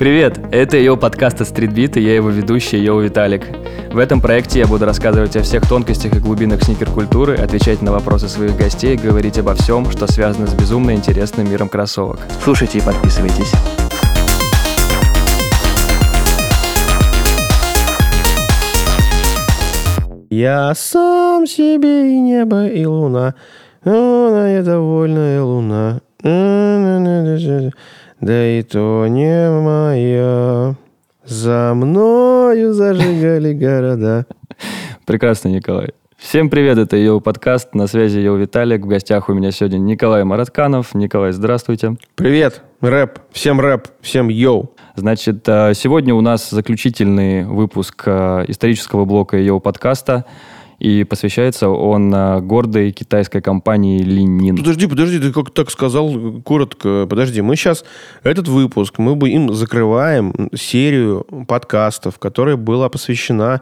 Привет, это Йоу подкаст от Streetbeat, и я его ведущий Йоу Виталик. В этом проекте я буду рассказывать о всех тонкостях и глубинах сникер-культуры, отвечать на вопросы своих гостей, говорить обо всем, что связано с безумно интересным миром кроссовок. Слушайте и подписывайтесь. Я сам себе и небо, и луна, она довольная луна, да и то не моя. За мною зажигали города. Прекрасно, Николай. Всем привет, это Йоу подкаст, на связи Йоу Виталик. В гостях у меня сегодня Николай Маратканов. Николай, здравствуйте. Привет, рэп, всем йоу. Значит, сегодня у нас заключительный выпуск исторического блока Йоу подкаста. И посвящается он гордой китайской компании Li-Ning. Подожди, ты как так сказал коротко. Подожди, мы сейчас этот выпуск, мы бы им закрываем серию подкастов, которая была посвящена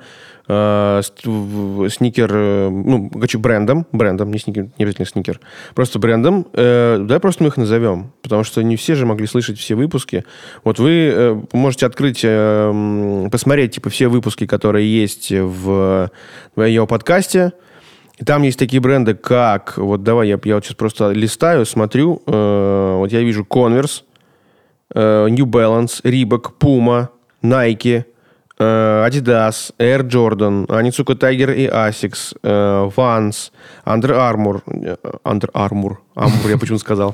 сникер, брендам, не сникер, не обязательно сникер, просто брендам. Давай просто мы их назовем, потому что не все же могли слышать все выпуски. Вот вы можете открыть, посмотреть все выпуски, которые есть в ее подкасте. И там есть такие бренды, как, вот давай я вот сейчас просто листаю, смотрю, вот я вижу Converse, New Balance, Reebok, Puma, Nike, Adidas, Air Jordan, Onitsuka Tiger и Asics, Vans, Under Armour, я почему-то сказал,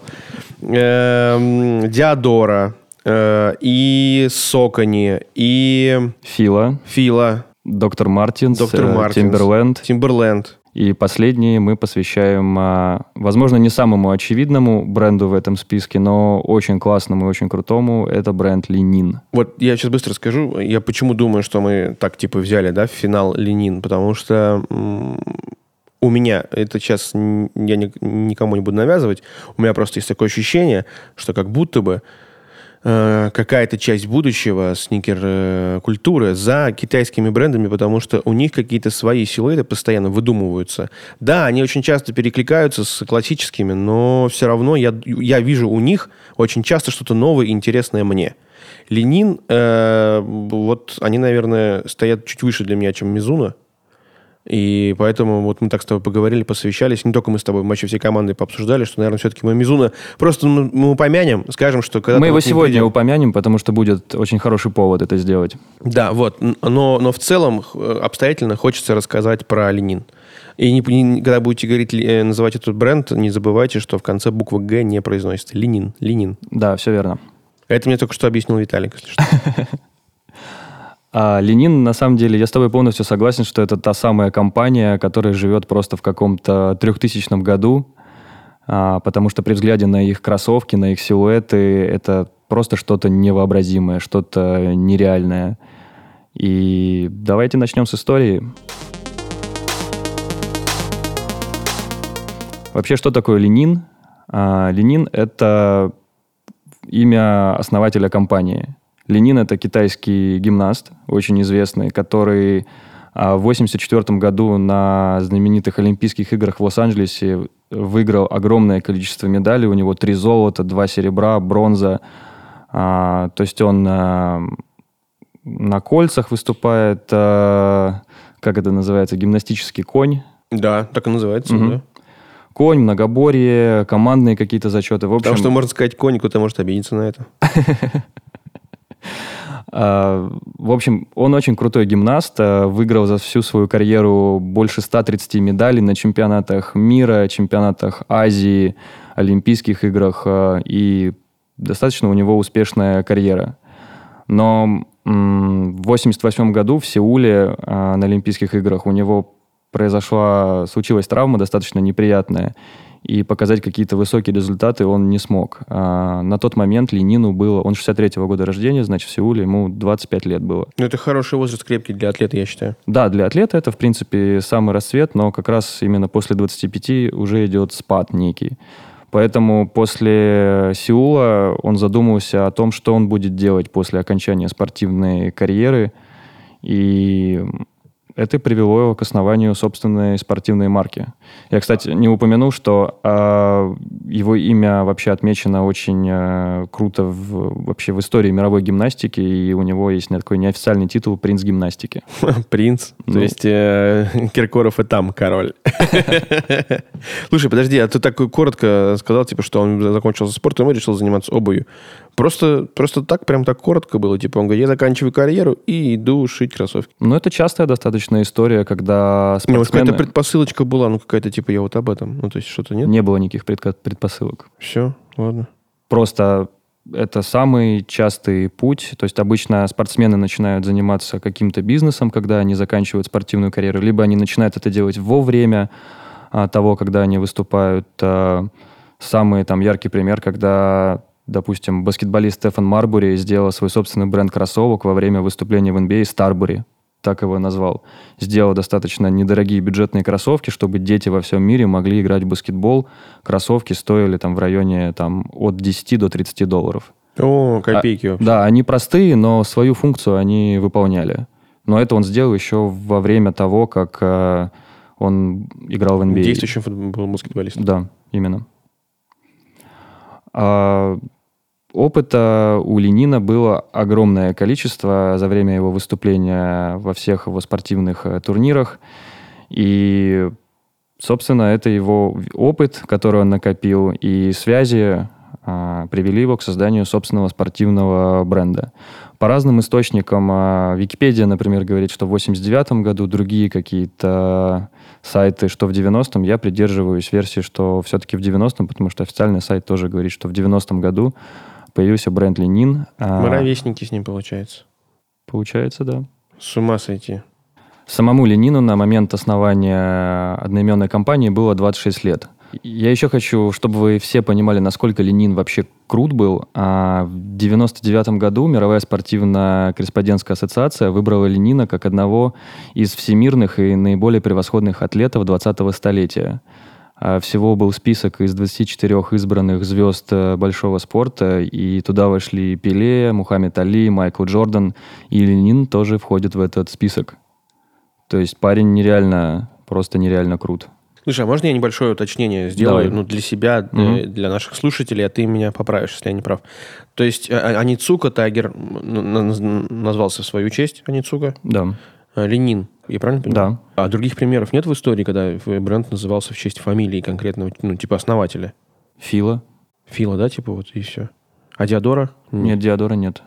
Diadora, и Saucony, и Fila, Dr. Martens, Timberland. И последние мы посвящаем, возможно, не самому очевидному бренду в этом списке, но очень классному и очень крутому. Это бренд Li-Ning. Вот я сейчас быстро скажу. Я почему думаю, что мы так взяли, в финал Li-Ning. Потому что у меня, это сейчас я никому не буду навязывать, у меня просто есть такое ощущение, что как будто бы какая-то часть будущего сникер-культуры за китайскими брендами, потому что у них какие-то свои силуэты постоянно выдумываются. Да, они очень часто перекликаются с классическими, но все равно я вижу у них очень часто что-то новое и интересное мне. Li-Ning, вот они, наверное, стоят чуть выше для меня, чем Mizuno. И поэтому вот мы так с тобой поговорили, посовещались. Не только мы с тобой, мы вообще всей командой пообсуждали, что, наверное, все-таки мы Mizuno просто мы упомянем, скажем, что когда-то... Мы его сегодня упомянем, потому что будет очень хороший повод это сделать. Да, вот. Но в целом обстоятельно хочется рассказать про Li-Ning. И когда будете называть этот бренд, не забывайте, что в конце буква «Г» не произносится. Li-Ning. Да, все верно. Это мне только что объяснил Виталик, если что. Li-Ning, на самом деле, я с тобой полностью согласен, что это та самая компания, которая живет просто в каком-то 3000 году, потому что при взгляде на их кроссовки, на их силуэты, это просто что-то невообразимое, что-то нереальное. И давайте начнем с истории. Вообще, что такое Li-Ning? Li-Ning – это имя основателя компании. Li-Ning – это китайский гимнаст, очень известный, который в 1984 году на знаменитых Олимпийских играх в Лос-Анджелесе выиграл огромное количество медалей. У него 3 золота, 2 серебра, бронза. То есть он на кольцах выступает, как это называется, гимнастический конь. Да, так и называется, да. Конь, многоборье, командные какие-то зачеты. В общем, потому что, можно сказать, конь, кто-то может обидеться на это. В общем, он очень крутой гимнаст, выиграл за всю свою карьеру больше 130 медалей на чемпионатах мира, чемпионатах Азии, Олимпийских играх, и достаточно у него успешная карьера. Но в 1988 году в Сеуле на Олимпийских играх у него случилась травма достаточно неприятная, и показать какие-то высокие результаты он не смог. На тот момент Li-Ning было... Он 63-го года рождения, значит, в Сеуле ему 25 лет было. Ну, это хороший возраст, крепкий для атлета, я считаю. Да, для атлета это, в принципе, самый расцвет, но как раз именно после 25 уже идет спад некий. Поэтому после Сеула он задумался о том, что он будет делать после окончания спортивной карьеры. И это привело его к основанию собственной спортивной марки. Я, кстати, не упомянул, что его имя вообще отмечено очень круто вообще в истории мировой гимнастики, и у него есть такой неофициальный титул «Принц гимнастики». Принц? То есть Киркоров и там король. Слушай, подожди, а ты так коротко сказал, типа, что он закончил спортом и решил заниматься обувью. Просто так, прям так коротко было. Типа, он говорит, я заканчиваю карьеру и иду шить кроссовки. Ну, это частая достаточно история, когда спортсмены... Может, какая-то предпосылочка была, ну, какая-то, типа, я вот об этом. Ну, то есть, что-то нет? Не было никаких предпосылок. Все, ладно. Просто это самый частый путь. То есть, обычно спортсмены начинают заниматься каким-то бизнесом, когда они заканчивают спортивную карьеру, либо они начинают это делать во время того, когда они выступают. Самый там яркий пример, когда... Допустим, баскетболист Стефан Марбури сделал свой собственный бренд кроссовок во время выступления в NBA Старбури, так его назвал. Сделал достаточно недорогие бюджетные кроссовки, чтобы дети во всем мире могли играть в баскетбол. Кроссовки стоили там в районе от 10 до 30 долларов. О, копейки вообще. Да, они простые, но свою функцию они выполняли. Но это он сделал еще во время того, как он играл в NBA. Действующим баскетболистом. Да, именно. Опыта у Ленина было огромное количество за время его выступления во всех его спортивных турнирах. И, собственно, это его опыт, который он накопил, и связи привели его к созданию собственного спортивного бренда. По разным источникам, Википедия, например, говорит, что в 1989 году, другие какие-то сайты, что в 90-м, я придерживаюсь версии, что все-таки в 90-м, потому что официальный сайт тоже говорит, что в 90-м году появился бренд «Ленин». Мы ровесники с ним, получается. Получается, да. С ума сойти. Самому Ленину на момент основания одноименной компании было 26 лет. Я еще хочу, чтобы вы все понимали, насколько Ленин вообще крут был. В 1999 году Мировая спортивно-корреспондентская ассоциация выбрала Ленина как одного из всемирных и наиболее превосходных атлетов 20-го столетия. Всего был список из 24 избранных звезд большого спорта, и туда вошли Пеле, Мухаммед Али, Майкл Джордан, и Ленин тоже входит в этот список. То есть парень просто нереально крут. Слушай, а можно я небольшое уточнение сделаю? Давай. Для себя, для наших слушателей, а ты меня поправишь, если я не прав. То есть Оницука Тайгер назвался в свою честь, Оницука? Да. Ленин, я правильно понимаю? Да. А других примеров нет в истории, когда бренд назывался в честь фамилии конкретного, типа основателя? Фила. Фила, да, типа вот и все. А Диадора? Нет, Диадора нет.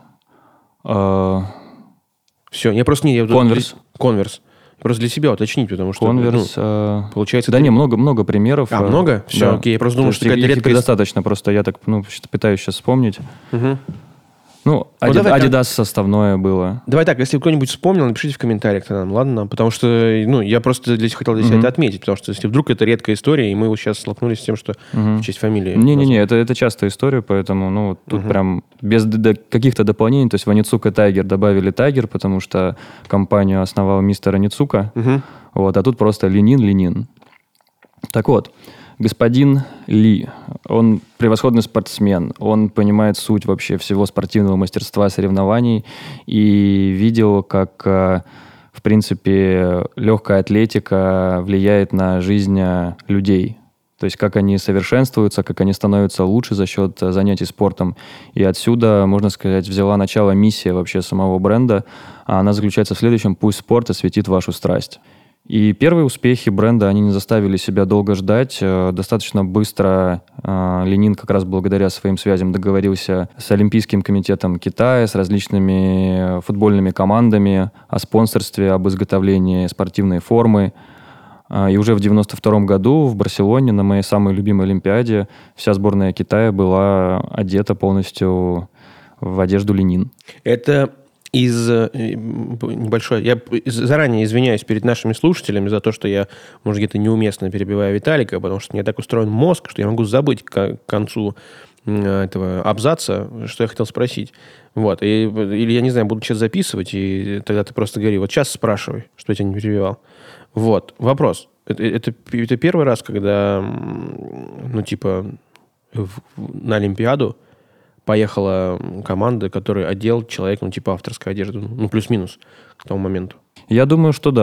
Все, я просто не... Конверс. Конверс. Просто для себя уточнить, потому что... Конверс. Получается... Да не, много примеров. Много? Все, да. окей. Я просто думал, что какая-то их редкость... достаточно, просто я так пытаюсь сейчас вспомнить. Угу. Давай, Adidas составное было. Давай так, если кто-нибудь вспомнил, напишите в комментариях тогда нам, ладно? Потому что, я просто хотел для себя это отметить, потому что если вдруг это редкая история, и мы вот сейчас столкнулись с тем, что в честь фамилии... Не-не-не, это частая история, поэтому тут прям без каких-то дополнений, то есть в Оницука Тайгер добавили Тайгер, потому что компанию основал мистер Оницука, а тут просто Ленин. Так вот, господин Ли, он превосходный спортсмен, он понимает суть вообще всего спортивного мастерства, соревнований и видел, как, в принципе, легкая атлетика влияет на жизнь людей. То есть как они совершенствуются, как они становятся лучше за счет занятий спортом. И отсюда, можно сказать, взяла начало миссия вообще самого бренда. Она заключается в следующем: пусть спорт осветит вашу страсть. И первые успехи бренда, они не заставили себя долго ждать. Достаточно быстро Ленин как раз благодаря своим связям договорился с Олимпийским комитетом Китая, с различными футбольными командами о спонсорстве, об изготовлении спортивной формы. И уже в 1992 году в Барселоне на моей самой любимой Олимпиаде вся сборная Китая была одета полностью в одежду Ленин. Это... небольшой... Я заранее извиняюсь перед нашими слушателями за то, что я, может, где-то неуместно перебиваю Виталика, потому что у меня так устроен мозг, что я могу забыть к концу этого абзаца, что я хотел спросить. Или, я не знаю, буду сейчас записывать, и тогда ты просто говори, вот сейчас спрашивай, что я тебя не перебивал. Вопрос. Это первый раз, когда, на Олимпиаду поехала команда, которая одел человек, авторская одежда, плюс-минус к тому моменту. Я думаю, что да.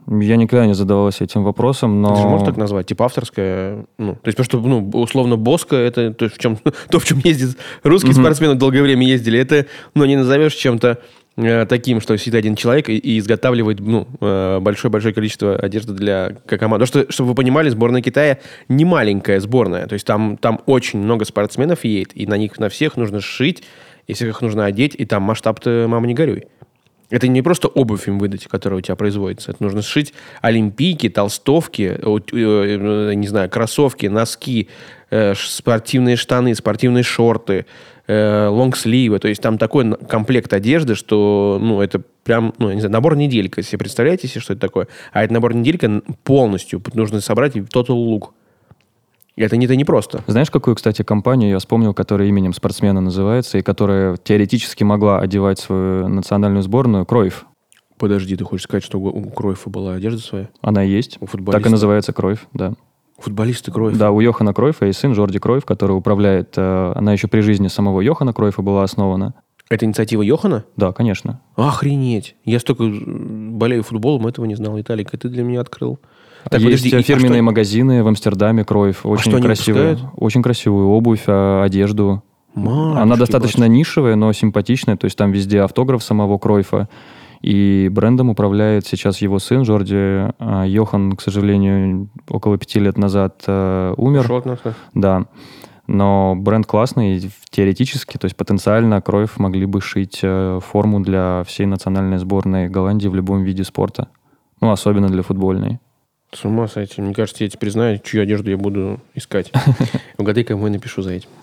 Я никогда не задавался этим вопросом, но... Ты же можешь так назвать? Типа авторская? Ну, то есть, потому что, условно, Боско, это то, в чем ездят русские спортсмены долгое время ездили, это, не назовешь чем-то таким, что сидит один человек и изготавливает большое-большое количество одежды для команды. Потому что, чтобы вы понимали, сборная Китая не маленькая сборная. То есть там очень много спортсменов едет, и на них на всех нужно сшить, и всех их нужно одеть, и там масштаб-то, мама, не горюй. Это не просто обувь им выдать, которая у тебя производится. Это нужно сшить олимпийки, толстовки, не знаю, кроссовки, носки, спортивные штаны, спортивные шорты, лонгсливы. То есть там такой комплект одежды, что, это прям, не знаю, набор неделька. Если представляете себе, что это такое? А это набор неделька полностью нужно собрать total look. Это не просто. Знаешь, какую, кстати, компанию я вспомнил, которая именем спортсмена называется, и которая теоретически могла одевать свою национальную сборную? Кройф. Подожди, ты хочешь сказать, что у Кройфа была одежда своя? Она есть. У футболиста? Так и называется Кройф, да. Футболисты Кройфа? Да, у Йохана Кройфа есть сын Жорди Кройф, который управляет... Она еще при жизни самого Йохана Кройфа была основана. Это инициатива Йохана? Да, конечно. Охренеть. Я столько болею футболом, этого не знал. Виталик, и ты для меня открыл. Так, есть фирменные магазины в Амстердаме, Кройф. Очень красивые. Очень красивую обувь, одежду. Она достаточно нишевая, но симпатичная. То есть там везде автограф самого Кройфа. И брендом управляет сейчас его сын Жорди. Йохан, к сожалению, около 5 лет назад умер. Ушел от нас, да? Да. Но бренд классный, и теоретически, то есть потенциально Кройф могли бы шить форму для всей национальной сборной Голландии в любом виде спорта. Особенно для футбольной. С ума сойти. Мне кажется, я теперь знаю, чью одежду я буду искать. Угадай, кому я напишу за этим.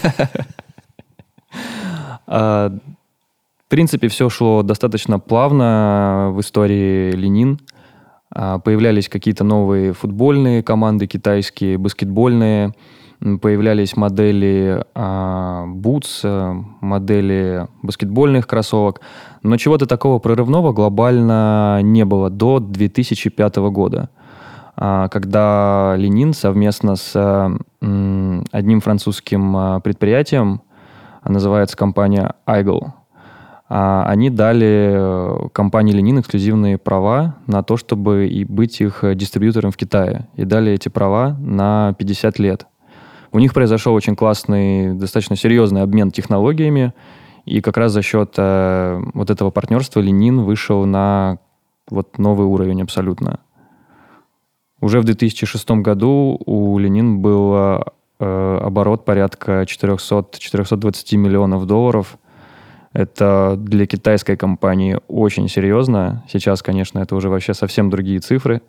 В принципе, все шло достаточно плавно в истории Ленин. Появлялись какие-то новые футбольные команды, китайские, баскетбольные. Появлялись модели бутс, модели баскетбольных кроссовок. Но чего-то такого прорывного глобально не было до 2005 года. Когда Ленин совместно с одним французским предприятием, называется компания Aigle, они дали компании Ленин эксклюзивные права на то, чтобы и быть их дистрибьютором в Китае. И дали эти права на 50 лет. У них произошел очень классный, достаточно серьезный обмен технологиями. И как раз за счет вот этого партнерства Ленин вышел на новый уровень абсолютно. Уже в 2006 году у Ленин был оборот порядка 400-420 миллионов долларов. Это для китайской компании очень серьезно. Сейчас, конечно, это уже вообще совсем другие цифры.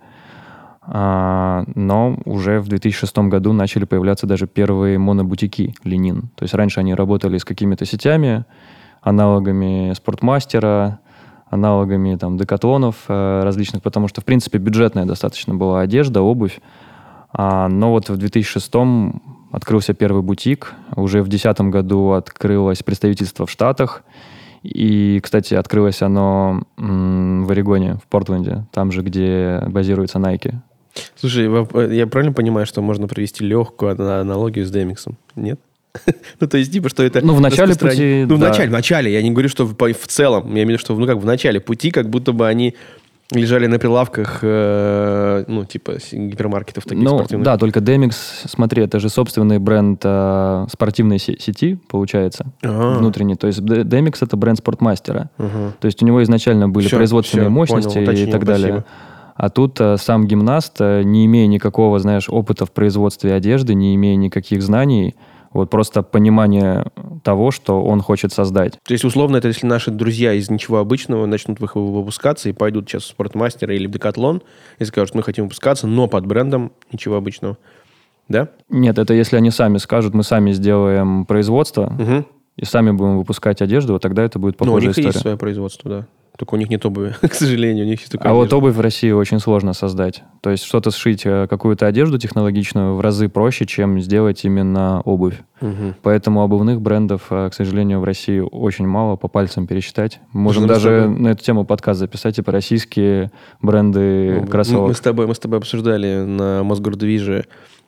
Но уже в 2006 году начали появляться даже первые монобутики Ленин. То есть раньше они работали с какими-то сетями, аналогами Спортмастера, аналогами декатлонов различных, потому что, в принципе, бюджетная достаточно была одежда, обувь. Но в 2006 открылся первый бутик, уже в 2010 году открылось представительство в Штатах, и, кстати, открылось оно в Орегоне, в Портленде, там же, где базируется Nike. Слушай, я правильно понимаю, что можно провести легкую аналогию с Демиксом? Нет? То есть, что это... в начале пути... в начале. Я не говорю, что в целом. Я имею в виду, что в начале пути, как будто бы они лежали на прилавках, гипермаркетов таких спортивных. Да, только Demix, смотри, это же собственный бренд спортивной сети, получается, внутренний. То есть Demix — это бренд Спортмастера. То есть у него изначально были производственные мощности и так далее. А тут сам гимнаст, не имея никакого, опыта в производстве одежды, не имея никаких знаний, просто понимание того, что он хочет создать. То есть, условно, это если наши друзья из ничего обычного начнут выпускаться и пойдут сейчас в Спортмастер или в Декатлон и скажут, что мы хотим выпускаться, но под брендом ничего обычного. Да? Нет, это если они сами скажут, мы сами сделаем производство и сами будем выпускать одежду, тогда это будет похожая история. Но у них есть свое производство, да. Только у них нет обуви, к сожалению, у них есть только одежда. Обувь в России очень сложно создать. То есть что-то сшить, какую-то одежду технологичную в разы проще, чем сделать именно обувь. Поэтому обувных брендов, к сожалению, в России очень мало, по пальцам пересчитать. Можем даже на эту тему подкаст записать, российские бренды кроссовок. Мы с тобой обсуждали на Мосгордвиже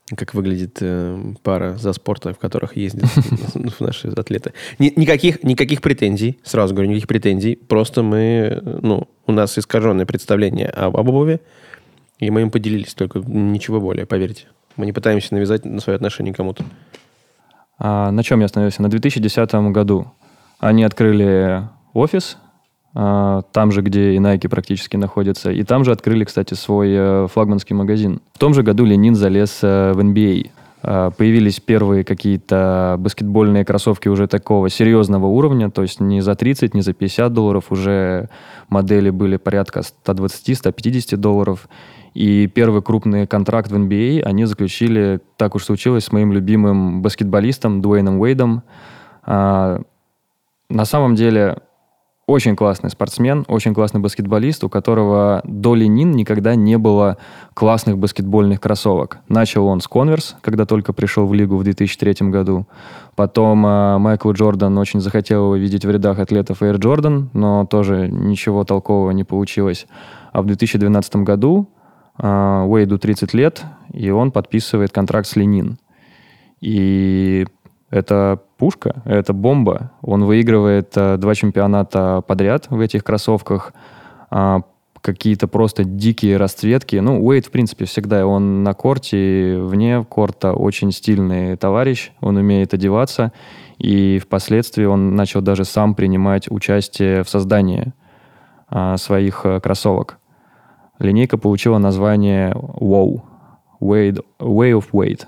как выглядит пара за спорта, в которых ездят наши атлеты. Никаких претензий, сразу говорю, никаких претензий. Просто у нас искаженное представление об обуви, и мы им поделились, только ничего более, поверьте. Мы не пытаемся навязать свое отношение кому-то. На чем я остановился? На 2010 году они открыли офис, там же, где и Nike практически находится. И там же открыли, кстати, свой флагманский магазин. В том же году Ленин залез в NBA. Появились первые какие-то баскетбольные кроссовки уже такого серьезного уровня, то есть не за 30, не за 50 долларов, уже модели были порядка 120-150 долларов. И первый крупный контракт в NBA они заключили, так уж случилось, с моим любимым баскетболистом Дуэйном Уэйдом. На самом деле очень классный спортсмен, очень классный баскетболист, у которого до Ленин никогда не было классных баскетбольных кроссовок. Начал он с Converse, когда только пришел в лигу в 2003 году. Потом Майкл Джордан очень захотел его видеть в рядах атлетов Air Jordan, но тоже ничего толкового не получилось. А в 2012 году Уэйду 30 лет, и он подписывает контракт с Ленин. И это пушка, это бомба. Он выигрывает 2 чемпионата подряд в этих кроссовках. Какие-то просто дикие расцветки. Уэйд, в принципе, всегда он на корте, вне корта очень стильный товарищ. Он умеет одеваться. И впоследствии он начал даже сам принимать участие в создании своих кроссовок. Линейка получила название WOW. Way of Wade.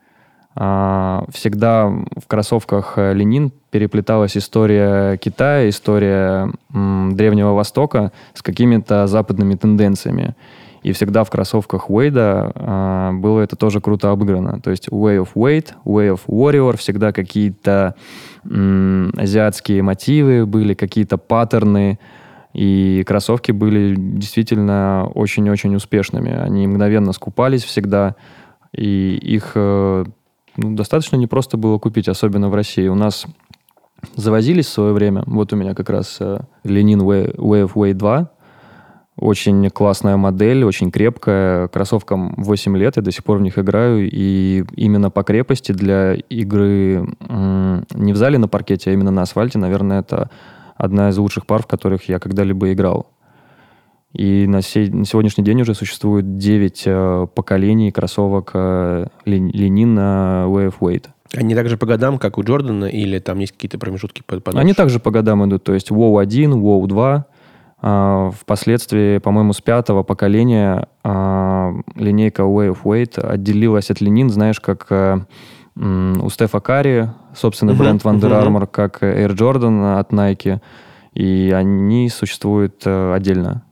Всегда в кроссовках Ленин переплеталась история Китая, история Древнего Востока с какими-то западными тенденциями. И всегда в кроссовках Уэйда было это тоже круто обыграно. То есть Way of Wade, Way of Warrior, всегда какие-то азиатские мотивы были, какие-то паттерны. И кроссовки были действительно очень-очень успешными. Они мгновенно скупались всегда, и их достаточно непросто было купить, особенно в России. У нас завозились в свое время. Вот у меня как раз Ленин Way of Wade 2. Очень классная модель, очень крепкая. Кроссовкам 8 лет, я до сих пор в них играю. И именно по крепости для игры не в зале на паркете, а именно на асфальте, наверное, это одна из лучших пар, в которых я когда-либо играл. И на сегодняшний день уже существует 9 поколений кроссовок Ленин Way of Wade. Они также по годам, как у Джордана, или там есть какие-то промежутки подольше? Они также по годам идут. То есть WOW 1, WOW 2. Впоследствии, по-моему, с 5-го поколения линейка Way of Wade отделилась от Ленин, знаешь, как у Стефа Карри, собственный бренд Under Armour, как Air Jordan от Nike, и они существуют отдельно.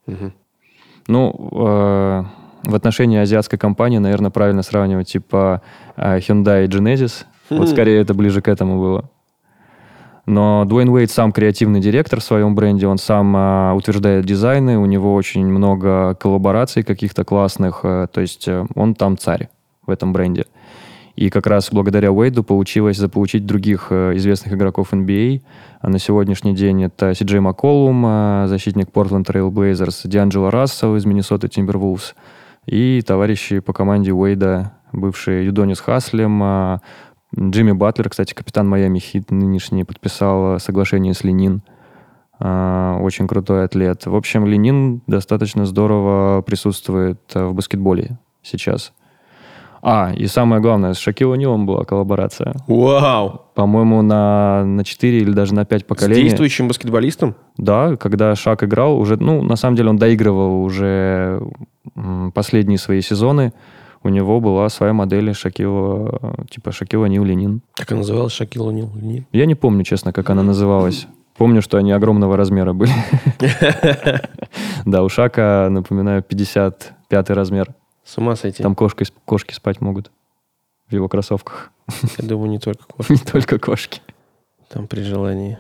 В отношении азиатской компании, наверное, правильно сравнивать типа Hyundai и Genesis. Вот скорее это ближе к этому было. Но Дуэйн Уэйд сам креативный директор в своем бренде, он сам утверждает дизайны, у него очень много коллабораций каких-то классных, то есть он там царь в этом бренде. И как раз благодаря Уэйду получилось заполучить других известных игроков NBA. А на сегодняшний день это Си-Джей Макколум, защитник Portland Trail Blazers, Дианджело Рассел из Миннесоты Тимбервулвс и товарищи по команде Уэйда, бывшие Юдонис Хаслем, Джимми Батлер, кстати, капитан Майами Хит нынешний, подписал соглашение с Ленин. Очень крутой атлет. В общем, Ленин достаточно здорово присутствует в баскетболе сейчас. И самое главное, с Шакил О'Нилом была коллаборация. Вау! По-моему, на 4 или даже на 5 поколений. С действующим баскетболистом? Да, когда Шак играл, уже, на самом деле он доигрывал уже последние свои сезоны. У него была своя модель типа Шакил О'Нил Ленин. Как она называлась? Шакил О'Нил Ленин? Я не помню, честно, как она называлась. Помню, что они огромного размера были. Да, у Шака, напоминаю, 55 размер. С ума сойти. Там кошки спать могут в его кроссовках. Я думаю, не только кошки. Не только кошки. Там при желании.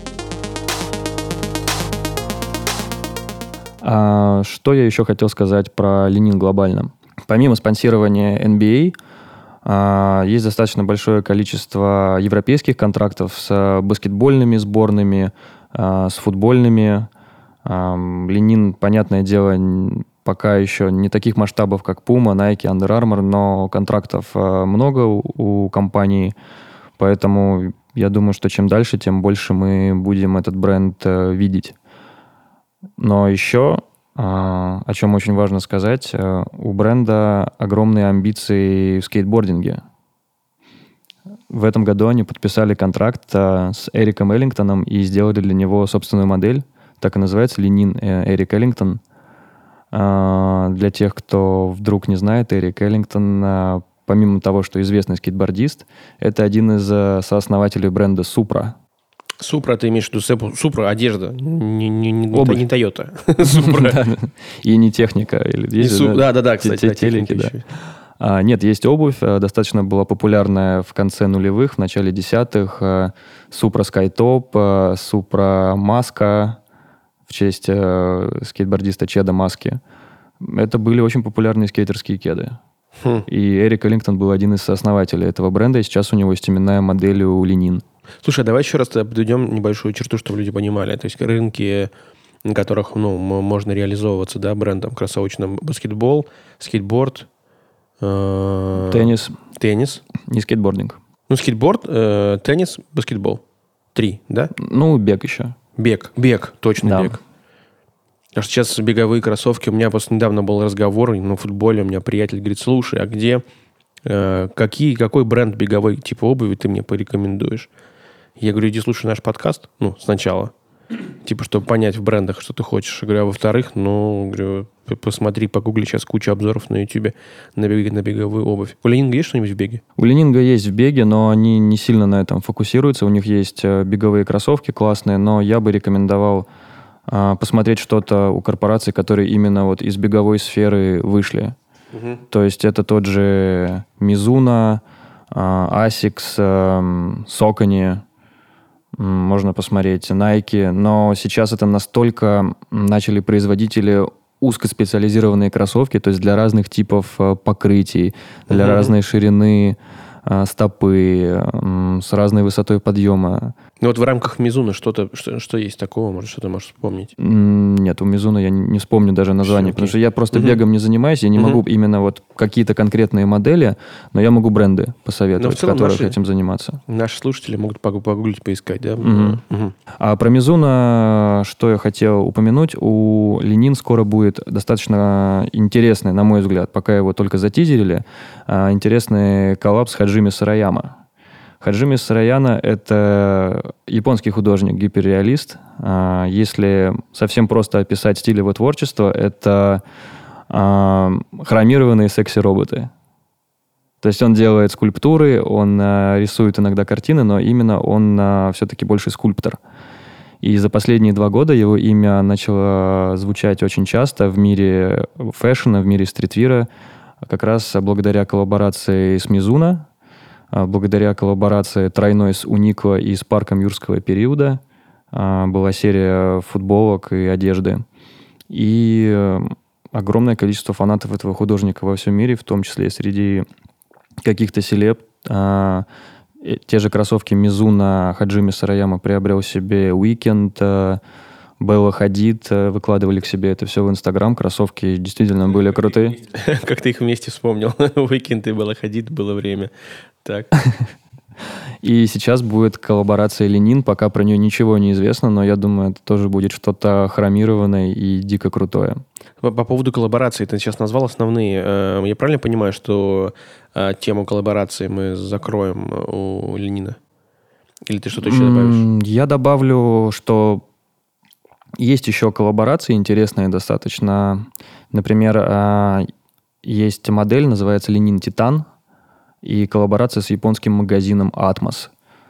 Что я еще хотел сказать про Ленин глобально? Помимо спонсирования NBA, есть достаточно большое количество европейских контрактов с баскетбольными сборными, с футбольными. Ленин, понятное дело, пока еще не таких масштабов, как Puma, Nike, Under Armour, но контрактов много у компании, поэтому я думаю, что чем дальше, тем больше мы будем этот бренд видеть. Но еще, о чем очень важно сказать, у бренда огромные амбиции в скейтбординге. В этом году они подписали контракт с Эриком Эллингтоном и сделали для него собственную модель, так и называется, Ленин Эрик Эллингтон. Для тех, кто вдруг не знает, Эрик Эллингтон, помимо того, что известный скейтбордист, это один из сооснователей бренда Supra. Supra, ты имеешь в виду Supra, одежда, не Toyota. И не техника. Да, кстати, телеки, да. Нет, есть обувь, достаточно была популярная в конце нулевых, в начале десятых. Supra Skytop, Supra Маска в честь скейтбордиста Чеда Маски. Это были очень популярные скейтерские кеды. И Эрик Эллингтон был один из сооснователей этого бренда, и сейчас у него есть именная модель у Ленин. Слушай, давай еще раз подведем небольшую черту, чтобы люди понимали. То есть рынки, на которых можно реализовываться, да, брендом кроссовочным: баскетбол, скейтборд, Теннис. Не скейтбординг. Скейтборд, теннис, баскетбол. 3, да? Бег еще. Бег, точно да. Бег. Потому что сейчас беговые кроссовки, у меня просто недавно был разговор на футболе, у меня приятель говорит: слушай, а где, какой бренд беговой типа обуви ты мне порекомендуешь? Я говорю: иди слушай наш подкаст, сначала. Типа, чтобы понять в брендах, что ты хочешь. Я говорю: а во-вторых, говорю, посмотри, погугли, сейчас куча обзоров на YouTube на беговую обувь. У Ленинга есть что-нибудь в беге? У Ленинга есть в беге, но они не сильно на этом фокусируются. У них есть беговые кроссовки классные, но я бы рекомендовал посмотреть что-то у корпораций, которые именно вот из беговой сферы вышли. То есть это тот же Mizuno, Asics, Saucony, можно посмотреть Nike, но сейчас это настолько начали производители узкоспециализированные кроссовки, то есть для разных типов покрытий, для разной ширины стопы, с разной высотой подъема. В рамках Mizuno что есть такого? Может, что ты можешь вспомнить? Нет, у Mizuno я не вспомню даже название, потому что я просто бегом не занимаюсь, я не могу именно какие-то конкретные модели, но я могу бренды посоветовать, в которых этим заниматься. Наши слушатели могут погуглить, поискать, да? А про Mizuno, что я хотел упомянуть, у Ленин скоро будет достаточно интересный, на мой взгляд, пока его только затизерили, интересный коллаб с Хаджими Сараяма. Хаджими Сараяма — это японский художник, гиперреалист. Если совсем просто описать стиль его творчества, это хромированные секси-роботы. То есть он делает скульптуры, он рисует иногда картины, но именно он все-таки больше скульптор. И за последние 2 года его имя начало звучать очень часто в мире фэшна, в мире стритвира, как раз благодаря коллаборации с Mizuno, благодаря коллаборации тройной с Uniqlo и с парком юрского периода. Была серия футболок и одежды. И огромное количество фанатов этого художника во всем мире, в том числе и среди каких-то селеб. Те же кроссовки Mizuno Хаджими Сараяма приобрел себе Weekend, Белла Хадид выкладывали к себе это все в Инстаграм. Кроссовки действительно были крутые. Как ты их вместе вспомнил. Weekend и Белла Хадид, было время. Так. И сейчас будет коллаборация Ленин. Пока про нее ничего не известно, но я думаю, это тоже будет что-то хромированное и дико крутое. По поводу коллаборации, ты сейчас назвал основные. Я правильно понимаю, что тему коллаборации мы закроем у Ленина? Или ты что-то еще добавишь? Я добавлю, что есть еще коллаборации интересные достаточно. Например, есть модель, называется Ленин Титан, и коллаборация с японским магазином Atmos.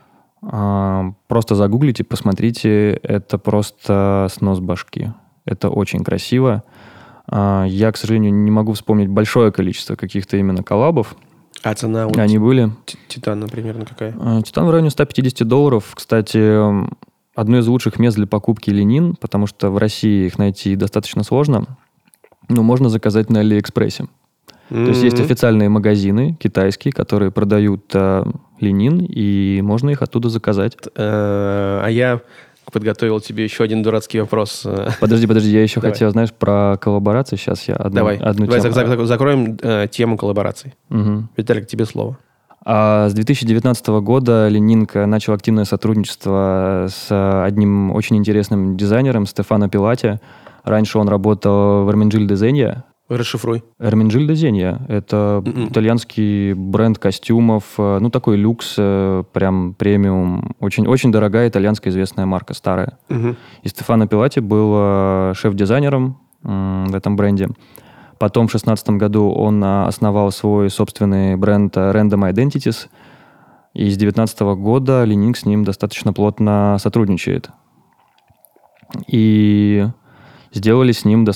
Просто загуглите, посмотрите, это просто снос башки. Это очень красиво. Я, к сожалению, не могу вспомнить большое количество каких-то именно коллабов. А цена они были? Титана примерно какая? Титан в районе $150. Кстати, одно из лучших мест для покупки Ленин, потому что в России их найти достаточно сложно, но можно заказать на Алиэкспрессе. То есть официальные магазины китайские, которые продают Ленин, и можно их оттуда заказать. А я подготовил тебе еще один дурацкий вопрос. Подожди, я еще Давай. хотел, знаешь, про коллаборации. Сейчас я одну Давай закроем тему коллабораций. Угу. Виталик, тебе слово. С 2019 года Ленинг начал активное сотрудничество с одним очень интересным дизайнером Стефано Пилати. Раньше он работал в Эрминджильо Зенья. Расшифруй. Эрминджильо Зенья – это итальянский бренд костюмов, ну, такой люкс, прям премиум. Очень, очень дорогая итальянская известная марка, старая. И Стефано Пилати был шеф-дизайнером в этом бренде. Потом в 2016 году он основал свой собственный бренд Random Identities. И с 2019 года Ленинг с ним достаточно плотно сотрудничает. И сделали с ним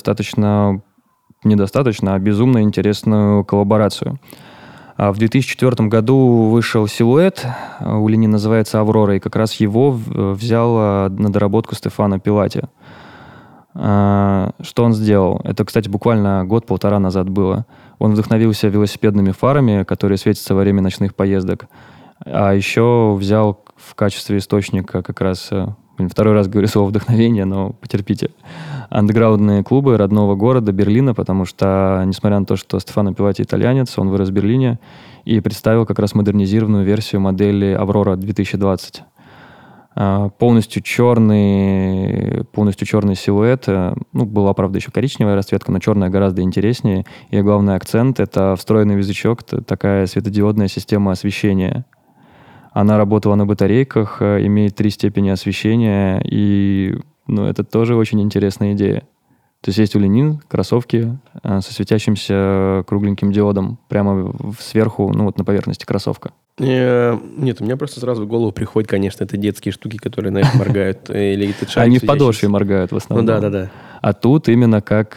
безумно интересную коллаборацию. В 2004 году вышел силуэт, у Ленина называется «Аврора», и как раз его взял на доработку Стефано Пилати. Что он сделал? Это, кстати, буквально год-полтора назад было. Он вдохновился велосипедными фарами, которые светятся во время ночных поездок. А еще взял в качестве источника как раз... Второй раз говорю слово «вдохновение», но потерпите. Андеграундные клубы родного города Берлина, потому что, несмотря на то, что Стефано Пилати итальянец, он вырос в Берлине и представил как раз модернизированную версию модели «Аврора 2020». Полностью черный силуэт. Была, правда, еще коричневая расцветка, но черная гораздо интереснее. И главный акцент — это встроенный в язычок, такая светодиодная система освещения. Она работала на батарейках, имеет 3 степени освещения, и это тоже очень интересная идея. То есть у Ленин кроссовки со светящимся кругленьким диодом прямо сверху, на поверхности кроссовка. Нет, у меня просто сразу в голову приходит, конечно, это детские штуки, которые на их моргают. Или это шарик Они в подошве моргают в основном. Да. А тут именно как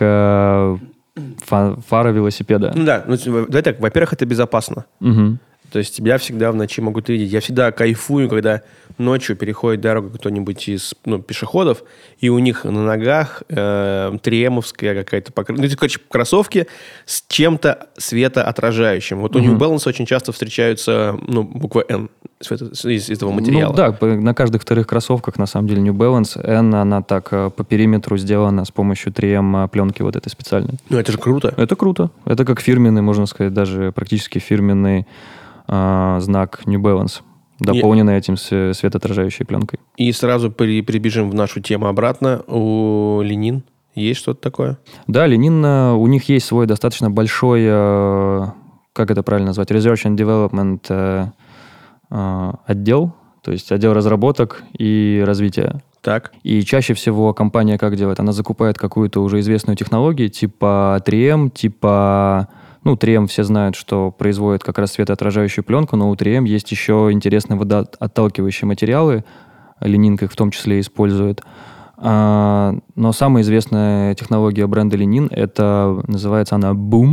фара велосипеда. Давай так, во-первых, это безопасно. Угу. То есть тебя всегда в ночи могут видеть. Я всегда кайфую, когда ночью переходит дорогу кто-нибудь из пешеходов, и у них на ногах триэмовская какая-то покрытие. Кроссовки с чем-то светоотражающим. Вот у New Balance очень часто встречаются буква N из этого материала. На каждых вторых кроссовках, на самом деле, New Balance N, она так по периметру сделана с помощью 3M пленки вот этой специальной. Это же круто. Это круто. Это как фирменный, можно сказать, даже практически фирменный знак New Balance, дополненный этим светоотражающей пленкой. И сразу прибежим в нашу тему обратно. У Ленин есть что-то такое? Да, Ленин, у них есть свой достаточно большой, как это правильно назвать, Research and Development отдел, то есть отдел разработок и развития. Так. И чаще всего компания как делает? Она закупает какую-то уже известную технологию, типа 3M, 3M все знают, что производит как раз светоотражающую пленку, но у 3M есть еще интересные водоотталкивающие материалы. Ленинг их в том числе использует. Но самая известная технология бренда Ленин, называется она Boom.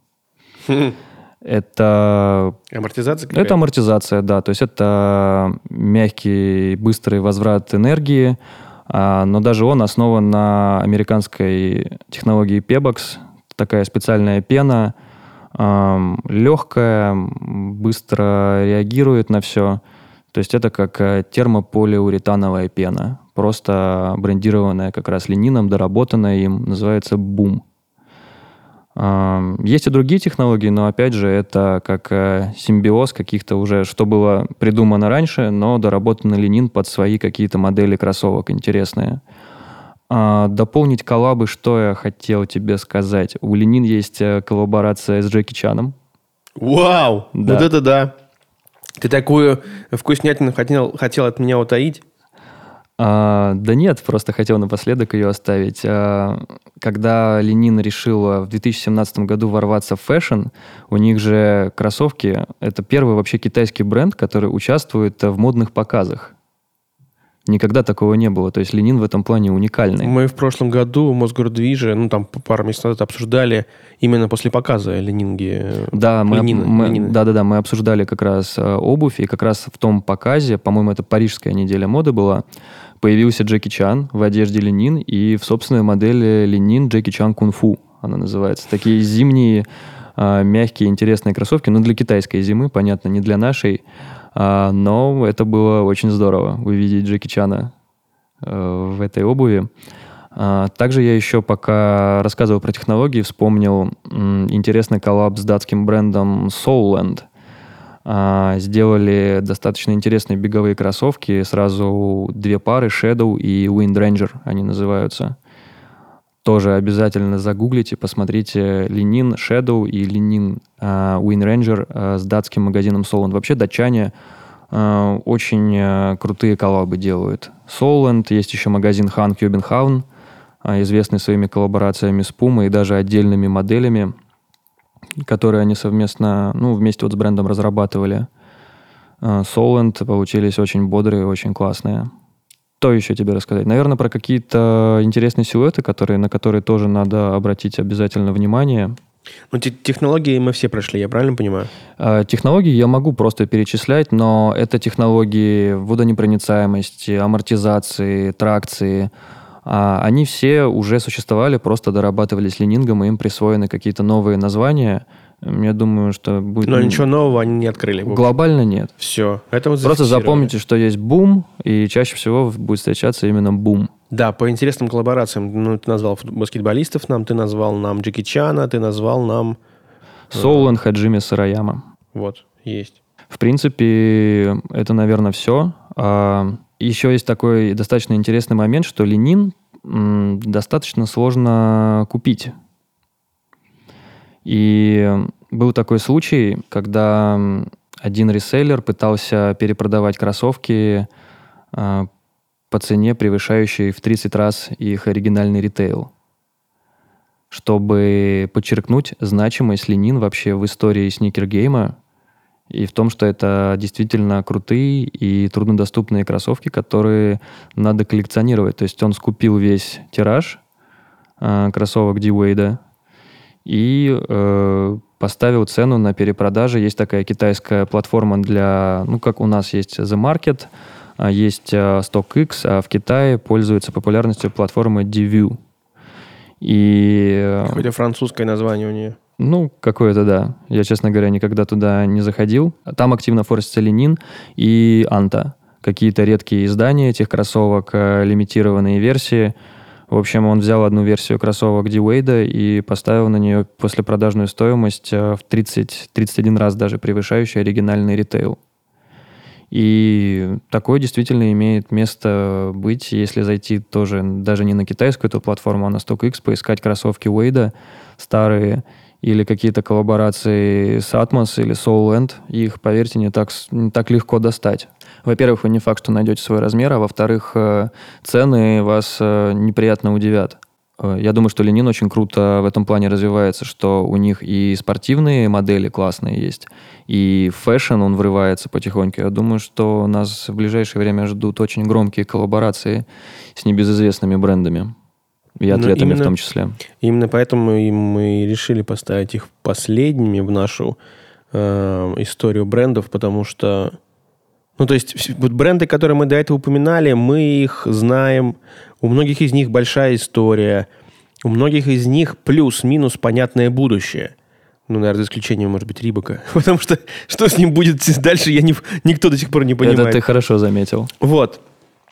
Это... Амортизация какая-то? Это амортизация, да. То есть это мягкий, быстрый возврат энергии, но даже он основан на американской технологии Pebax. Такая специальная пена, легкая, быстро реагирует на все. То есть это как термополиуретановая пена, просто брендированная как раз Ленином, доработанная им, называется Boom. Есть и другие технологии, но опять же это как симбиоз каких-то уже, что было придумано раньше, но доработано Ленин под свои какие-то модели кроссовок интересные. Дополнить коллабы, что я хотел тебе сказать. У Ленин есть коллаборация с Джеки Чаном. Вау! Да. Вот это да! Ты такую вкуснятину хотел от меня утаить? Да нет, просто хотел напоследок ее оставить. Когда Ленин решил в 2017 году ворваться в фэшн, у них же кроссовки – это первый вообще китайский бренд, который участвует в модных показах. Никогда такого не было. То есть Ленин в этом плане уникальный. Мы в прошлом году в Мосгордвиже, пару месяцев назад обсуждали именно после показа Ленинги. Да, мы обсуждали как раз обувь, и как раз в том показе, по-моему, это парижская неделя моды была, появился Джеки Чан в одежде Ленин и в собственной модели Ленин Джеки Чан Кунг-фу, она называется. Такие зимние, мягкие, интересные кроссовки, для китайской зимы, понятно, не для нашей. Но это было очень здорово увидеть Джеки Чана в этой обуви. Также я еще, пока рассказывал про технологии, вспомнил интересный коллаб с датским брендом Soulland. Сделали достаточно интересные беговые кроссовки. Сразу 2 пары, Shadow и Wind Ranger они называются. Тоже обязательно загуглите, посмотрите Li-Nin Shadow и Li-Nin Wind Ranger с датским магазином Soulland. Вообще датчане очень крутые коллабы делают. Soulland, есть еще магазин Han Kjöbenhavn, известный своими коллаборациями с Puma и даже отдельными моделями, которые они совместно, вместе вот с брендом разрабатывали. Soulland получились очень бодрые, очень классные. Что еще тебе рассказать? Наверное, про какие-то интересные силуэты, на которые тоже надо обратить обязательно внимание. Технологии мы все прошли, я правильно понимаю? Технологии я могу просто перечислять, но это технологии водонепроницаемости, амортизации, тракции. Они все уже существовали, просто дорабатывались ленингом, и им присвоены какие-то новые названия. Я думаю, что будет... Но ничего нового они не открыли. Глобально нет. Все. Это вот просто запомните, что есть бум, и чаще всего будет встречаться именно бум. Да, по интересным коллаборациям. Ты назвал баскетболистов нам, ты назвал нам Джеки Чана, ты назвал нам... Soulland, Хаджими Сараяма. Вот, есть. В принципе, это, наверное, все. Еще есть такой достаточно интересный момент, что Li-Nin достаточно сложно купить. И был такой случай, когда один реселлер пытался перепродавать кроссовки по цене, превышающей в 30 раз их оригинальный ритейл, чтобы подчеркнуть значимость Li-Nin вообще в истории сникер-гейма и в том, что это действительно крутые и труднодоступные кроссовки, которые надо коллекционировать. То есть он скупил весь тираж кроссовок D-Wade и поставил цену на перепродаже. Есть такая китайская платформа для... как у нас есть The Market, есть StockX, а в Китае пользуется популярностью платформы DView. И... Какое-то французское название у нее. Какое-то, да. Я, честно говоря, никогда туда не заходил. Там активно форсится Li-Nin и Anta. Какие-то редкие издания этих кроссовок, лимитированные версии. В общем, он взял одну версию кроссовок D-Wade и поставил на нее послепродажную стоимость в 30-31 раз даже превышающую оригинальный ритейл. И такое действительно имеет место быть, если зайти тоже даже не на китайскую эту платформу, а на StockX, поискать кроссовки Wade старые или какие-то коллаборации с Atmos или Soulland. Их, поверьте, не так легко достать. Во-первых, вы не факт, что найдете свой размер, а во-вторых, цены вас неприятно удивят. Я думаю, что Li-Nin очень круто в этом плане развивается, что у них и спортивные модели классные есть, и фэшн, он врывается потихоньку. Я думаю, что нас в ближайшее время ждут очень громкие коллаборации с небезызвестными брендами. И атлетами в том числе. Именно поэтому мы решили поставить их последними в нашу историю брендов, потому что... то есть вот бренды, которые мы до этого упоминали, мы их знаем. У многих из них большая история. У многих из них плюс-минус понятное будущее. Наверное, за исключением, может быть, Рибока. Потому что с ним будет дальше, никто до сих пор не понимает. Это ты хорошо заметил. Вот.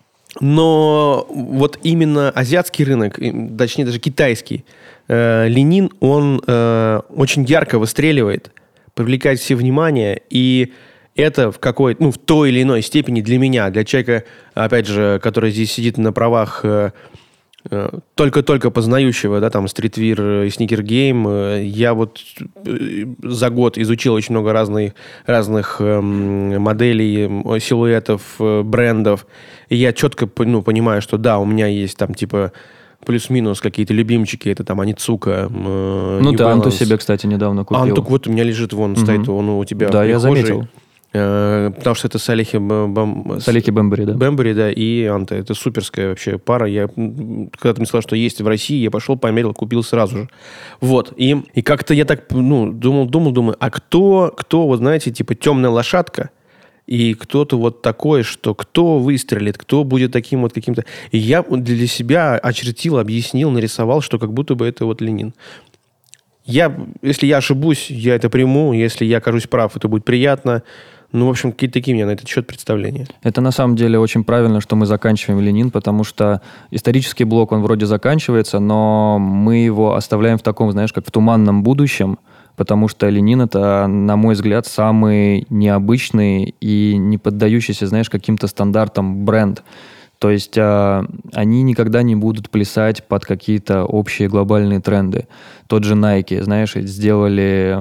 Но вот именно азиатский рынок, точнее даже китайский, Li-Nin, он очень ярко выстреливает, привлекает все внимание, и это в той или иной степени для меня, для человека, опять же, который здесь сидит на правах только-только познающего, да, там, стритвир и сникер-гейм, я вот за год изучил очень много разных моделей, силуэтов, брендов, и я четко понимаю, что да, у меня есть там типа плюс-минус какие-то любимчики, это там Onitsuka, ты Анту себе, кстати, недавно купил. Анту вот у меня лежит, стоит он у тебя. Да, я заметил. Потому что это Салихи Бэмбери, да. Бэмбери, да, и Анта. Это суперская вообще пара. Когда ты мне сказал, что есть в России, я пошел, померил, купил сразу же. Вот. И как-то я так думал, а кто, вот знаете, типа темная лошадка, и кто-то вот такой, что кто выстрелит, кто будет таким вот каким-то... И я для себя очертил, объяснил, нарисовал, что как будто бы это вот Li-Nin. Если я ошибусь, я это приму. Если я окажусь прав, это будет приятно. Ну, в общем, какие-то такие у меня на этот счет представления. Это на самом деле очень правильно, что мы заканчиваем Ленин, потому что исторический блок, он вроде заканчивается, но мы его оставляем в таком, знаешь, как в туманном будущем, потому что Ленин — это, на мой взгляд, самый необычный и не поддающийся, знаешь, каким-то стандартам бренд. То есть они никогда не будут плясать под какие-то общие глобальные тренды. Тот же Nike, знаешь, сделали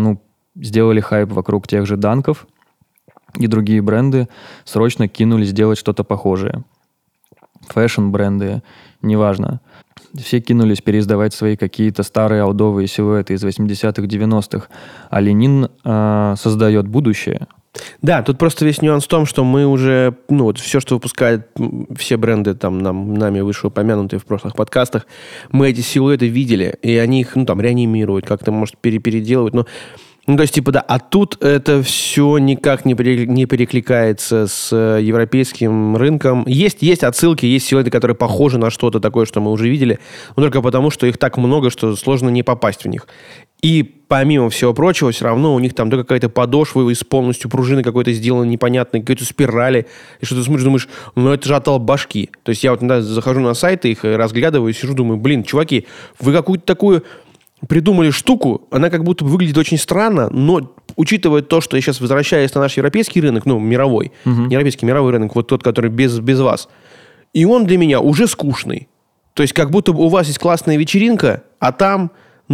хайп вокруг тех же данков, и другие бренды срочно кинулись делать что-то похожее. Фэшн-бренды, неважно. Все кинулись переиздавать свои какие-то старые аудовые силуэты из 80-х, 90-х. А Ленин создает будущее. Да, тут просто весь нюанс в том, что мы уже, все, что выпускают все бренды, там, нами вышеупомянутые в прошлых подкастах, мы эти силуэты видели, и они их, реанимируют, как-то, может, переделывают, то есть, а тут это все никак не перекликается с европейским рынком. Есть отсылки, есть силуэты, которые похожи на что-то такое, что мы уже видели, но только потому, что их так много, что сложно не попасть в них. И помимо всего прочего, все равно у них там какая-то подошва из полностью пружины какой-то сделаны непонятной, какой-то спирали. И что ты смотришь, думаешь, это же отал башки. То есть я вот иногда захожу на сайты, их разглядываю, сижу, думаю, чуваки, вы какую-то такую придумали штуку, она как будто выглядит очень странно, но учитывая то, что я сейчас возвращаюсь на наш европейский рынок, мировой, европейский мировой рынок, вот тот, который без вас, и он для меня уже скучный. То есть как будто у вас есть классная вечеринка, а там,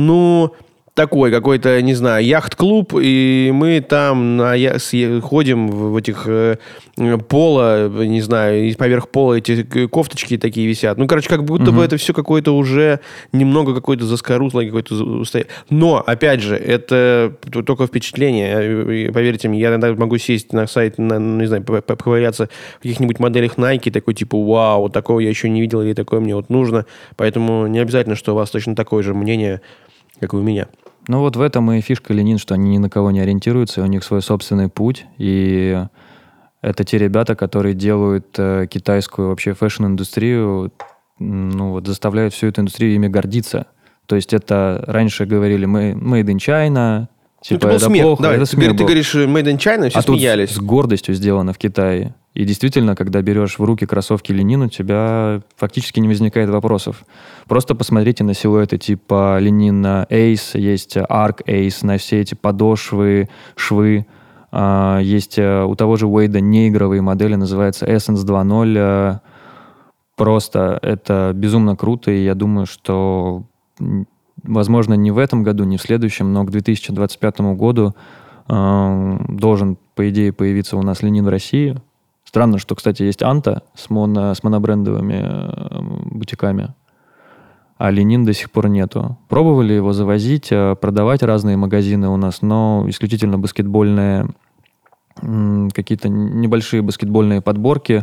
такой какой-то, не знаю, яхт-клуб, и мы там ходим в этих поло, не знаю, и поверх пола эти кофточки такие висят. как будто бы это все какое-то уже немного какое-то заскорузлое, какое-то... Но, опять же, это только впечатление. Поверьте мне, я иногда могу сесть на сайт, не знаю, поковыряться в каких-нибудь моделях Nike, такой типа, вау, такого я еще не видел, или такое мне нужно. Поэтому не обязательно, что у вас точно такое же мнение, как и у меня. В этом и фишка Ленин, что они ни на кого не ориентируются, у них свой собственный путь, и это те ребята, которые делают китайскую вообще фэшн-индустрию, заставляют всю эту индустрию ими гордиться. То есть это раньше говорили «made in China», это смех. Плохо, да, это смех. Ты говоришь «made in China», все смеялись. Тут с гордостью сделано в Китае. И действительно, когда берешь в руки кроссовки Ленин, у тебя фактически не возникает вопросов. Просто посмотрите на силуэты типа Ленин Ace, есть Arc Ace, на все эти подошвы, швы. Есть у того же Уэйда неигровые модели, называется Essence 2.0. Просто это безумно круто, и я думаю, что, возможно, не в этом году, не в следующем, но к 2025 году должен, по идее, появиться у нас Ленин в России. Странно, что, кстати, есть Анта с монобрендовыми бутиками, а Ленин до сих пор нету. Пробовали его завозить, продавать разные магазины у нас, но исключительно баскетбольные, какие-то небольшие баскетбольные подборки.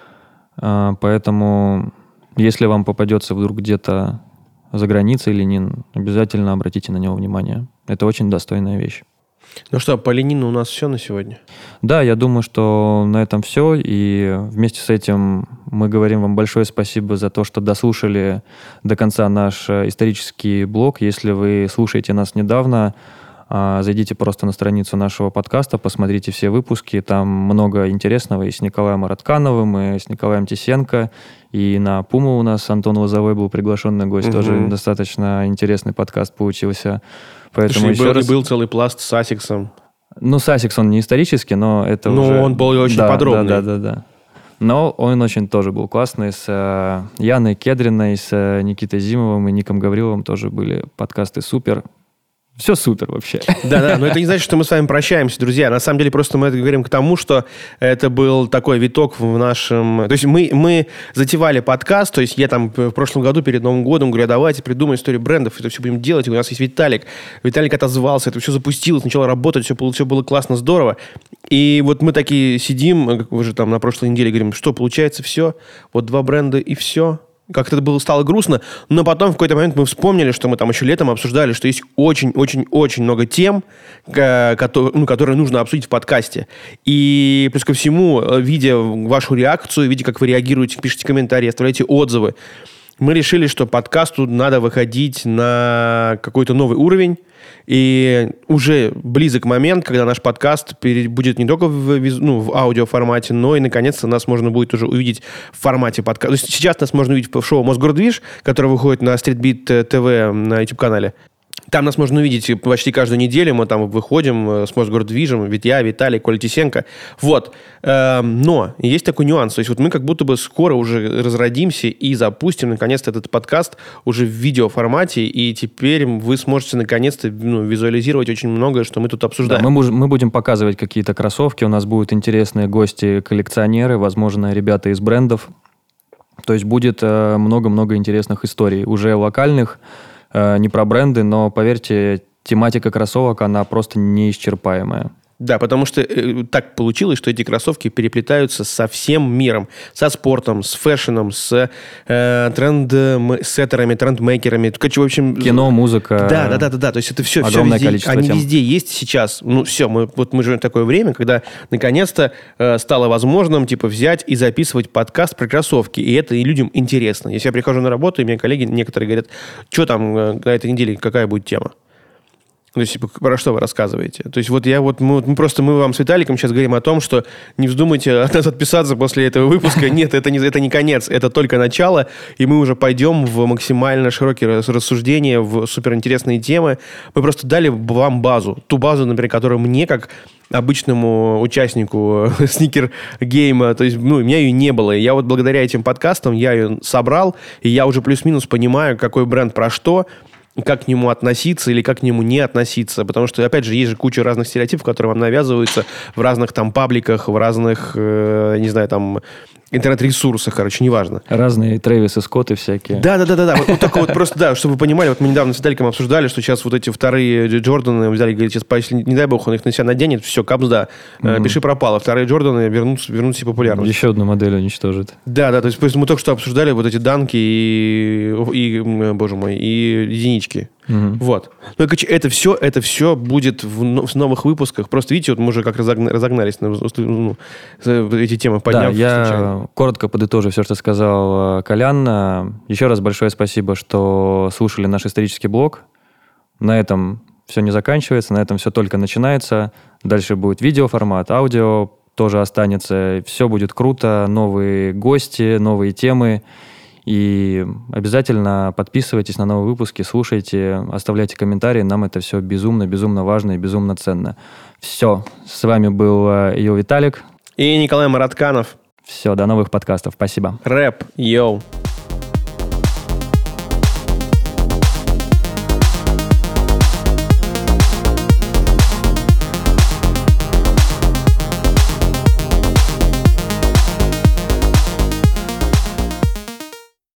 Поэтому, если вам попадется вдруг где-то за границей Ленин, обязательно обратите на него внимание. Это очень достойная вещь. Ну что, по Ленину у нас все на сегодня? Да, я думаю, что на этом все. И вместе с этим мы говорим вам большое спасибо за то, что дослушали до конца наш исторический блог. Если вы слушаете нас недавно, зайдите просто на страницу нашего подкаста, посмотрите все выпуски. Там много интересного и с Николаем Араткановым, и с Николаем Тисенко. И на Пуму у нас Антон Лозовой был приглашенный гость. Тоже достаточно интересный подкаст получился. Поэтому был целый пласт с Асиксом. С Асикс он не исторический, но это уже... Но он был очень подробный. Да. Но он очень тоже был классный. С Яной Кедриной, с Никитой Зимовым и Ником Гавриловым тоже были подкасты супер. Все супер вообще. Да, но это не значит, что мы с вами прощаемся, друзья. На самом деле просто мы это говорим к тому, что это был такой виток в нашем... То есть мы затевали подкаст, то есть я там в прошлом году перед Новым годом говорю, давайте придумаем историю брендов, это все будем делать. И у нас есть Виталик. Виталик отозвался, это все запустилось, начало работать, все было классно, здорово. И вот мы такие сидим, уже там на прошлой неделе говорим, что получается все, вот 2 бренда и все. Как-то это стало грустно, но потом в какой-то момент мы вспомнили, что мы там еще летом обсуждали, что есть очень-очень-очень много тем, которые нужно обсудить в подкасте. И плюс ко всему, видя вашу реакцию, видя, как вы реагируете, пишите комментарии, оставляете отзывы, мы решили, что подкасту надо выходить на какой-то новый уровень. И уже близок момент, когда наш подкаст будет не только в аудиоформате, но и, наконец-то, нас можно будет уже увидеть в формате подкаста. То есть сейчас нас можно увидеть в шоу «Мосгордвиж», которое выходит на Streetbeat TV на YouTube-канале. Там нас можно увидеть почти каждую неделю. Мы там выходим с Мосгордвижем. Ведь я, Виталий, Коля Тисенко. Вот. Но есть такой нюанс. То есть вот мы как будто бы скоро уже разродимся и запустим, наконец-то, этот подкаст уже в видеоформате. И теперь вы сможете, наконец-то, визуализировать очень многое, что мы тут обсуждаем. Да, мы будем показывать какие-то кроссовки. У нас будут интересные гости-коллекционеры, возможно, ребята из брендов. То есть будет много-много интересных историй. Уже локальных, не про бренды, но, поверьте, тематика кроссовок, она просто неисчерпаемая. Да, потому что так получилось, что эти кроссовки переплетаются со всем миром. Со спортом, с фэшном, с тренд-сеттерами, тренд-мейкерами. В общем, кино, музыка. Да. То есть это все огромное количество они тем. везде есть сейчас. Мы живем в такое время, когда наконец-то стало возможным взять и записывать подкаст про кроссовки. И это и людям интересно. Если я прихожу на работу, и мне коллеги некоторые говорят, что там на этой неделе, какая будет тема? То есть, про что вы рассказываете? То есть, мы вам с Виталиком сейчас говорим о том, что не вздумайте от нас отписаться после этого выпуска. Нет, это не конец, это только начало, и мы уже пойдем в максимально широкие рассуждения, в суперинтересные темы. Мы просто дали вам базу. Ту базу, например, которую мне, как обычному участнику сникер-гейма, то есть, у меня ее не было. И я вот благодаря этим подкастам, я ее собрал, и я уже плюс-минус понимаю, какой бренд про что, как к нему относиться или как к нему не относиться. Потому что, опять же, есть же куча разных стереотипов, которые вам навязываются в разных там пабликах, в разных, не знаю, там, интернет-ресурсах, неважно. Разные Трэвисы Скотты всякие. Да. Вот только вот просто, да, чтобы вы понимали, вот мы недавно с Виталиком обсуждали, что сейчас вот эти вторые Джорданы взяли, говорит, сейчас, если, не дай бог, он их на себя наденет, все, капсда, пиши пропало. Вторые Джорданы вернутся себе популярность. Еще одну модель уничтожит. Да, то есть мы только что обсуждали вот эти данки и боже мой, и единички. Вот. Но, это все будет в новых выпусках. Просто видите, вот мы уже как разогнались эти темы, подняв. Да, я коротко подытожу все, что сказал Колян. Еще раз большое спасибо, что слушали наш исторический блог. На этом все не заканчивается, на этом все только начинается. Дальше будет видеоформат, аудио тоже останется. Все будет круто, новые гости, новые темы. И обязательно подписывайтесь на новые выпуски, слушайте, оставляйте комментарии. Нам это все безумно важно и безумно ценно. Все. С вами был Виталик. И Николай Маратканов. Все, до новых подкастов. Спасибо. Рэп, йоу.